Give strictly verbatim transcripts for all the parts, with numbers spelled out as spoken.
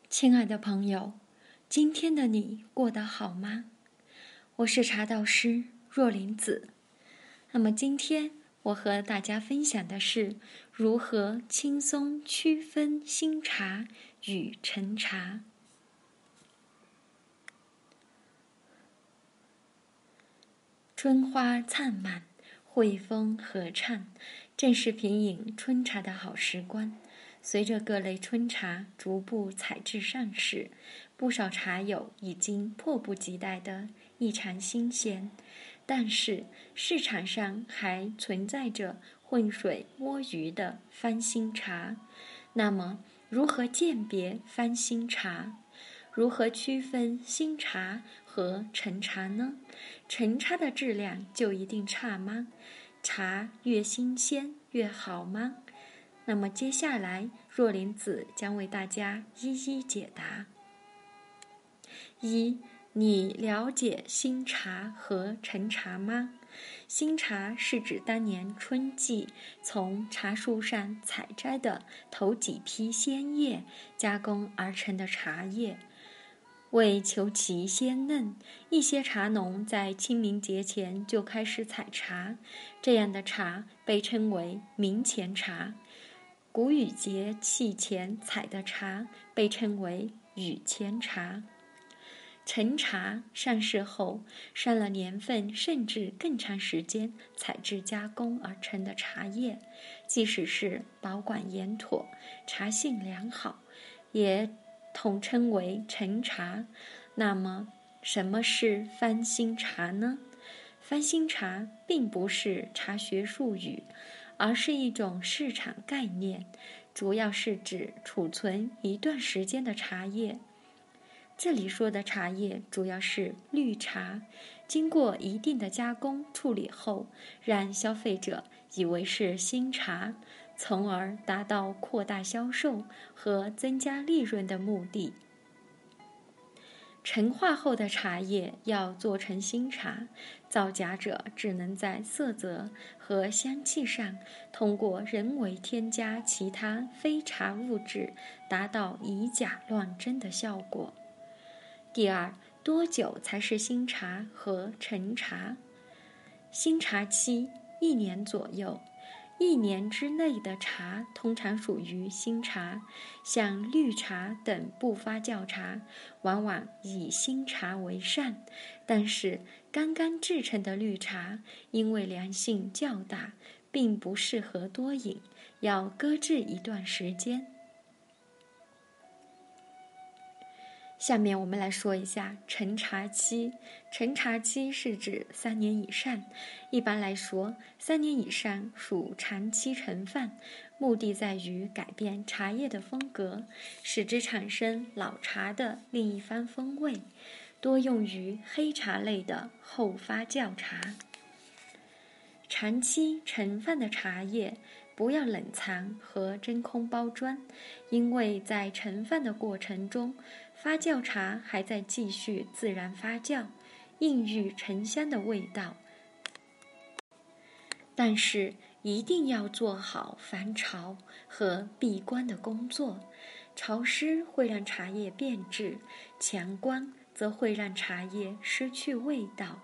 亲爱的朋友，今天的你过得好吗？我是茶道师若琳子。那么今天我和大家分享的是如何轻松区分新茶与陈茶。春花灿烂，惠风和畅，正是品饮春茶的好时光。随着各类春茶逐步采制上市，不少茶友已经迫不及待地一尝新鲜。但是市场上还存在着浑水摸鱼的翻新茶。那么如何鉴别翻新茶？如何区分新茶和陈茶呢？陈茶的质量就一定差吗？茶越新鲜越好吗？那么接下来若琳子将为大家一一解答。一，你了解新茶和陈茶吗？新茶是指当年春季从茶树上采摘的头几批鲜叶加工而成的茶叶。为求其鲜嫩，一些茶农在清明节前就开始采茶，这样的茶被称为明前茶。谷雨节气前采的茶被称为雨前茶。陈茶上市后，上了年份甚至更长时间采制加工而成的茶叶，即使是保管严妥，茶性良好，也统称为陈茶。那么什么是翻新茶呢？翻新茶并不是茶学术语，而是一种市场概念，主要是指储存一段时间的茶叶。这里说的茶叶主要是绿茶，经过一定的加工处理后，让消费者以为是新茶，从而达到扩大销售和增加利润的目的。陈化后的茶叶要做成新茶，造假者只能在色泽和香气上通过人为添加其他非茶物质，达到以假乱真的效果。第二，多久才是新茶和陈茶？新茶期一年左右，一年之内的茶通常属于新茶，像绿茶等不发酵茶，往往以新茶为上。但是刚刚制成的绿茶，因为凉性较大，并不适合多饮，要搁置一段时间。下面我们来说一下陈茶期。陈茶期是指三年以上，一般来说，三年以上属长期陈放，目的在于改变茶叶的风格，使之产生老茶的另一番风味，多用于黑茶类的后发酵茶。长期陈放的茶叶不要冷藏和真空包装，因为在陈放的过程中，发酵茶还在继续自然发酵，孕育沉香的味道。但是一定要做好防潮和闭关的工作，潮湿会让茶叶变质，强光则会让茶叶失去味道。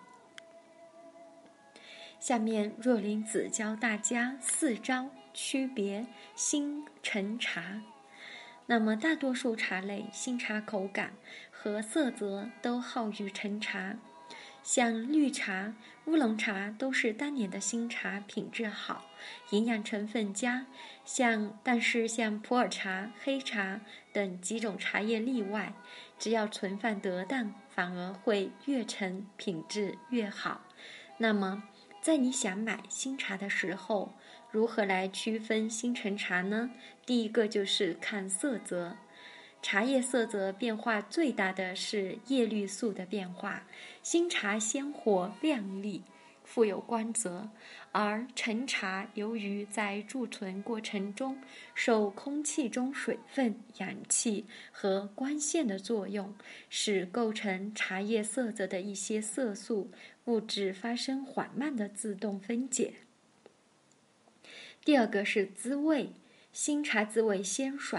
下面若琳子教大家四招区别新陈茶。那么大多数茶类新茶口感和色泽都好于陈茶，像绿茶、乌龙茶都是当年的新茶，品质好，营养成分佳。像但是像普洱茶、黑茶等几种茶叶例外，只要存放得当，反而会越陈品质越好。那么在你想买新茶的时候，如何来区分新陈茶呢？第一个就是看色泽。茶叶色泽变化最大的是叶绿素的变化，新茶鲜活亮丽，富有光泽，而陈茶由于在贮存过程中受空气中水分、氧气和光线的作用，使构成茶叶色泽的一些色素物质发生缓慢的自动分解。第二个是滋味，新茶滋味鲜爽，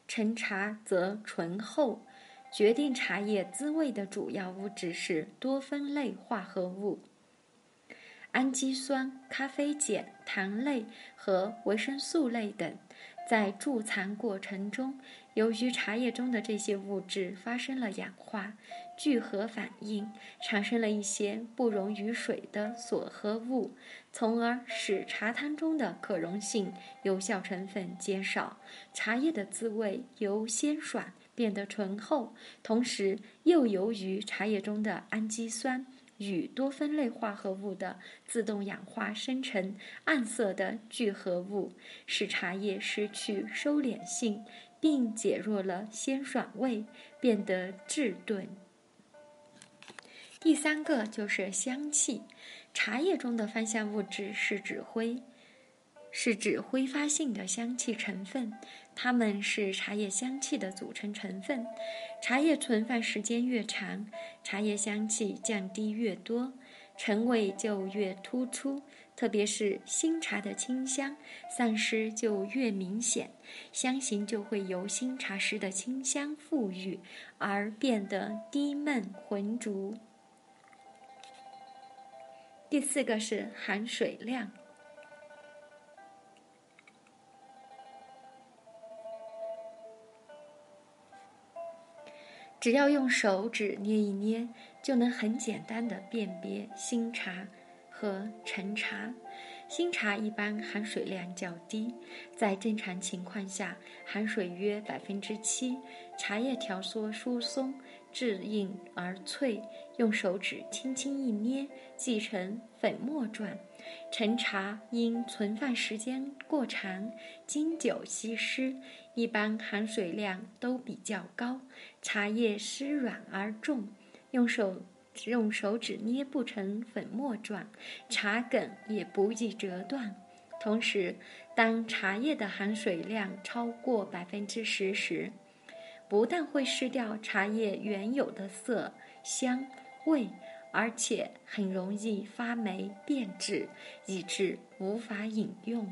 陈茶则醇厚。决定茶叶滋味的主要物质是多酚类化合物。氨基酸、咖啡碱、糖类和维生素类等，在贮藏过程中，由于茶叶中的这些物质发生了氧化、聚合反应，产生了一些不溶于水的锁合物，从而使茶汤中的可溶性有效成分减少，茶叶的滋味由鲜爽变得醇厚，同时又由于茶叶中的氨基酸与多酚类化合物的自动氧化生成暗色的聚合物，使茶叶失去收敛性，并减弱了鲜爽味，变得质钝。第三个就是香气。茶叶中的芳香物质是指挥是指挥发性的香气成分，它们是茶叶香气的组成成分。茶叶存放时间越长，茶叶香气降低越多，陈味就越突出，特别是新茶的清香丧失就越明显，香型就会由新茶时的清香馥郁而变得低闷浑浊。第四个是含水量。只要用手指捏一捏，就能很简单地辨别新茶和陈茶。新茶一般含水量较低，在正常情况下含水约百分之七，茶叶条索疏松，质硬而脆，用手指轻轻一捏，即成粉末状。陈茶因存放时间过长，经久稀释，一般含水量都比较高，茶叶湿软而重，用手用手指捏不成粉末状，茶梗也不易折断。同时，当茶叶的含水量超过百分之十时，不但会失掉茶叶原有的色、香、味，而且很容易发霉变质，以致无法饮用。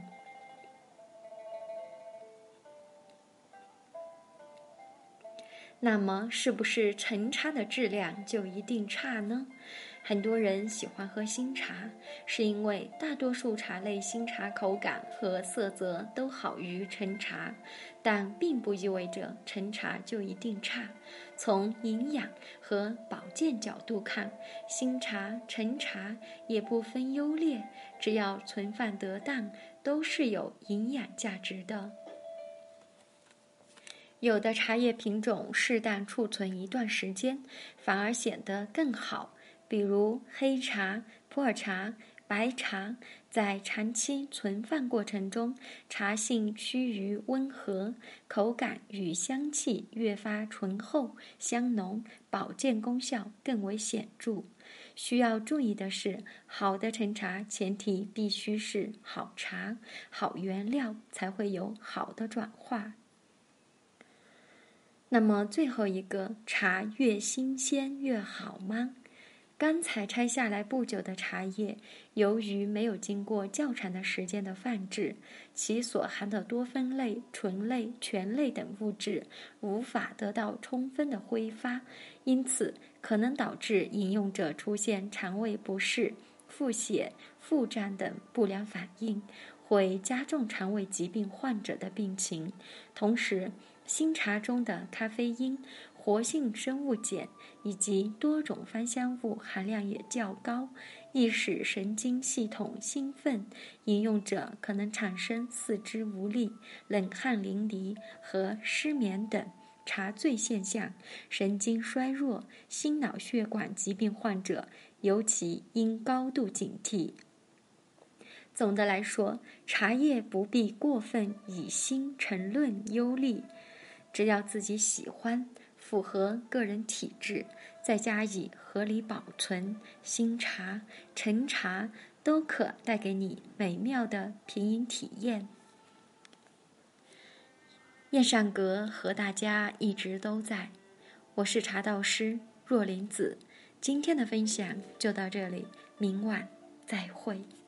那么，是不是陈茶的质量就一定差呢？很多人喜欢喝新茶，是因为大多数茶类新茶口感和色泽都好于陈茶，但并不意味着陈茶就一定差。从营养和保健角度看，新茶、陈茶也不分优劣，只要存放得当，都是有营养价值的。有的茶叶品种适当储存一段时间，反而显得更好，比如黑茶、普洱茶、白茶，在长期存放过程中，茶性趋于温和，口感与香气越发醇厚香浓，保健功效更为显著。需要注意的是，好的陈茶前提必须是好茶、好原料，才会有好的转化。那么最后一个，茶越新鲜越好吗？刚采摘下来不久的茶叶，由于没有经过较长的时间的放置，其所含的多酚类、醇类、醛类等物质无法得到充分的挥发，因此可能导致饮用者出现肠胃不适、腹泻、腹胀等不良反应，会加重肠胃疾病患者的病情。同时，新茶中的咖啡因、活性生物碱以及多种芳香物含量也较高，易使神经系统兴奋，饮用者可能产生四肢无力、冷汗淋漓和失眠等茶醉现象。神经衰弱、心脑血管疾病患者尤其应高度警惕。总的来说，茶叶不必过分以新陈论优劣，只要自己喜欢，符合个人体质，再加以合理保存，新茶、陈茶都可带给你美妙的品饮体验。燕上阁和大家一直都在，我是茶道师若林子，今天的分享就到这里，明晚再会。